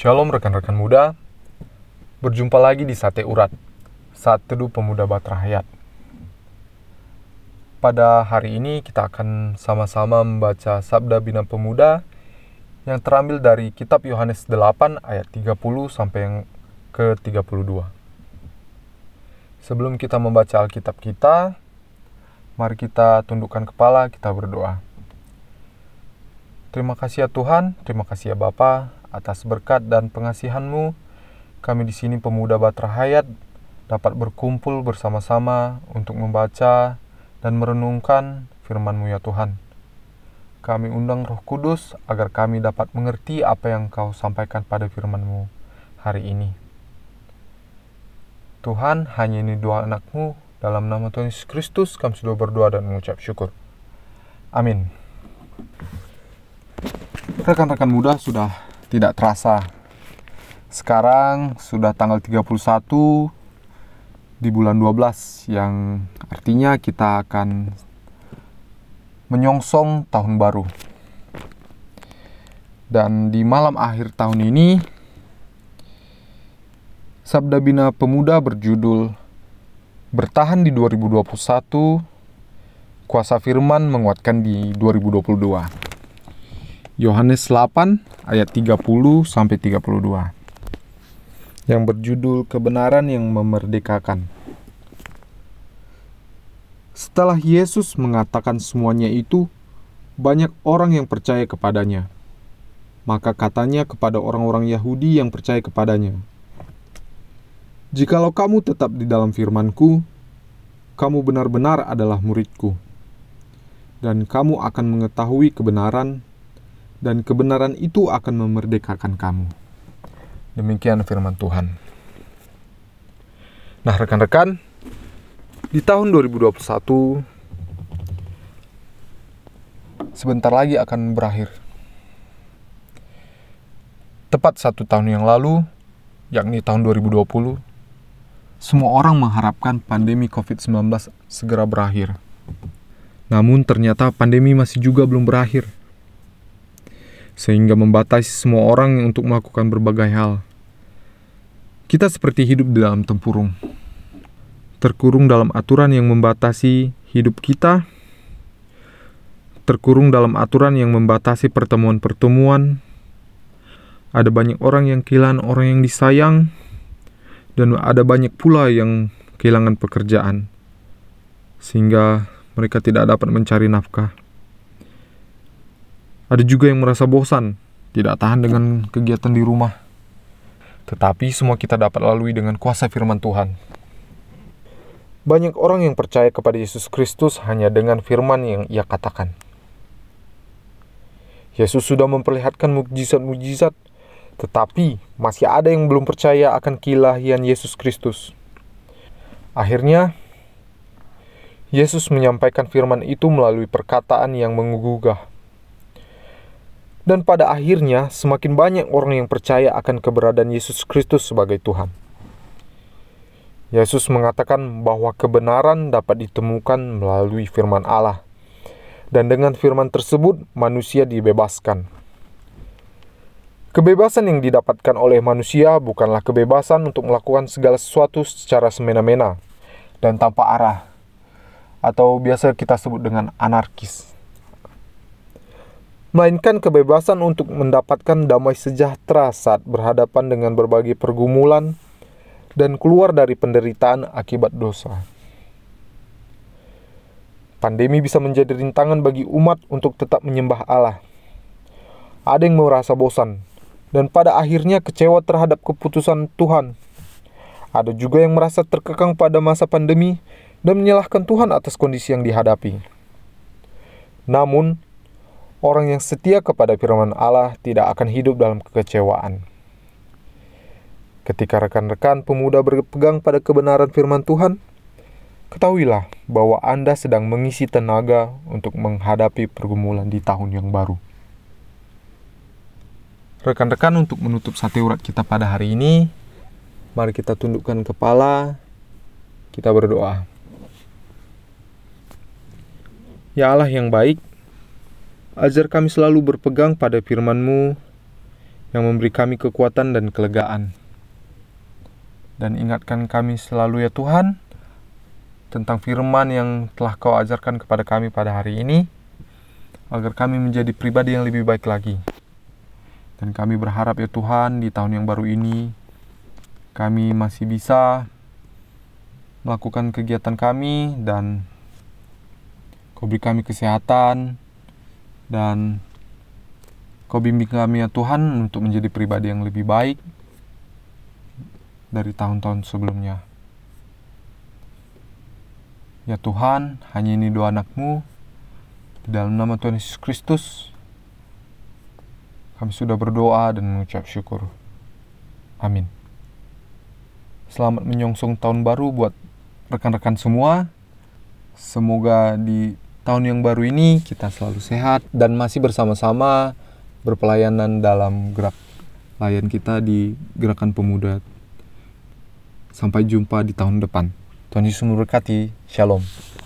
Shalom rekan-rekan muda, berjumpa lagi di Sate Urat, Saat Teduh Pemuda Batra Hayat. Pada hari ini kita akan sama-sama membaca Sabda Bina Pemuda yang terambil dari kitab Yohanes 8 ayat 30 sampai yang ke-32. Sebelum kita membaca Alkitab kita, mari kita tundukkan kepala, kita berdoa. Terima kasih ya Tuhan, terima kasih ya Bapa atas berkat dan pengasihan-Mu. Kami di sini pemuda Batra Hayat dapat berkumpul bersama-sama untuk membaca dan merenungkan firman-Mu ya Tuhan. Kami undang Roh Kudus agar kami dapat mengerti apa yang Kau sampaikan pada firman-Mu hari ini. Tuhan, hanya ini doa anak-Mu, dalam nama Tuhan Yesus Kristus kami sudah berdoa dan mengucap syukur. Amin. Rekan-rekan muda, sudah tidak terasa. Sekarang sudah tanggal 31 di bulan 12, yang artinya kita akan menyongsong tahun baru. Dan di malam akhir tahun ini, Sabda Bina Pemuda berjudul Bertahan di 2021, Kuasa Firman Menguatkan di 2022. Yohanes 8 ayat 30 sampai 32. Yang berjudul Kebenaran yang Memerdekakan. Setelah Yesus mengatakan semuanya itu, banyak orang yang percaya kepadanya. Maka katanya kepada orang-orang Yahudi yang percaya kepadanya, "Jikalau kamu tetap di dalam firman-Ku, kamu benar-benar adalah murid-Ku, dan kamu akan mengetahui kebenaran, dan kebenaran itu akan memerdekakan kamu." Demikian firman Tuhan. Nah rekan-rekan, di tahun 2021 sebentar lagi akan berakhir. Tepat 1 tahun yang lalu, yakni tahun 2020, semua orang mengharapkan pandemi COVID-19 segera berakhir. Namun ternyata pandemi masih juga belum berakhir, sehingga membatasi semua orang untuk melakukan berbagai hal. Kita seperti hidup di dalam tempurung, terkurung dalam aturan yang membatasi hidup kita, terkurung dalam aturan yang membatasi pertemuan-pertemuan. Ada banyak orang yang kehilangan orang yang disayang, dan ada banyak pula yang kehilangan pekerjaan, sehingga mereka tidak dapat mencari nafkah. Ada juga yang merasa bosan, tidak tahan dengan kegiatan di rumah. Tetapi semua kita dapat lalui dengan kuasa firman Tuhan. Banyak orang yang percaya kepada Yesus Kristus hanya dengan firman yang Ia katakan. Yesus sudah memperlihatkan mukjizat-mukjizat, tetapi masih ada yang belum percaya akan keilahian Yesus Kristus. Akhirnya, Yesus menyampaikan firman itu melalui perkataan yang menggugah. Dan pada akhirnya, semakin banyak orang yang percaya akan keberadaan Yesus Kristus sebagai Tuhan. Yesus mengatakan bahwa kebenaran dapat ditemukan melalui firman Allah. Dan dengan firman tersebut, manusia dibebaskan. Kebebasan yang didapatkan oleh manusia bukanlah kebebasan untuk melakukan segala sesuatu secara semena-mena dan tanpa arah, atau biasa kita sebut dengan anarkis. Melainkan kebebasan untuk mendapatkan damai sejahtera saat berhadapan dengan berbagai pergumulan dan keluar dari penderitaan akibat dosa. Pandemi bisa menjadi rintangan bagi umat untuk tetap menyembah Allah. Ada yang merasa bosan dan pada akhirnya kecewa terhadap keputusan Tuhan. Ada juga yang merasa terkekang pada masa pandemi dan menyalahkan Tuhan atas kondisi yang dihadapi. Namun, orang yang setia kepada firman Allah tidak akan hidup dalam kekecewaan. Ketika rekan-rekan pemuda berpegang pada kebenaran firman Tuhan, ketahuilah bahwa Anda sedang mengisi tenaga untuk menghadapi pergumulan di tahun yang baru. Rekan-rekan, untuk menutup sate urat kita pada hari ini, mari kita tundukkan kepala, kita berdoa. Ya Allah yang baik, ajar kami selalu berpegang pada firman-Mu yang memberi kami kekuatan dan kelegaan. Dan ingatkan kami selalu ya Tuhan, tentang firman yang telah Kau ajarkan kepada kami pada hari ini, agar kami menjadi pribadi yang lebih baik lagi. Dan kami berharap ya Tuhan, di tahun yang baru ini, kami masih bisa melakukan kegiatan kami, dan Kau beri kami kesehatan, dan Kau bimbing kami ya Tuhan untuk menjadi pribadi yang lebih baik dari tahun-tahun sebelumnya. Ya Tuhan, hanya ini doa anak-Mu, di dalam nama Tuhan Yesus Kristus, kami sudah berdoa dan mengucap syukur. Amin. Selamat menyongsong tahun baru buat rekan-rekan semua. Semoga di tahun yang baru ini kita selalu sehat dan masih bersama-sama berpelayanan dalam gerak layan kita di Gerakan Pemuda. Sampai jumpa di tahun depan. Tuhan Yesus memberkati. Shalom.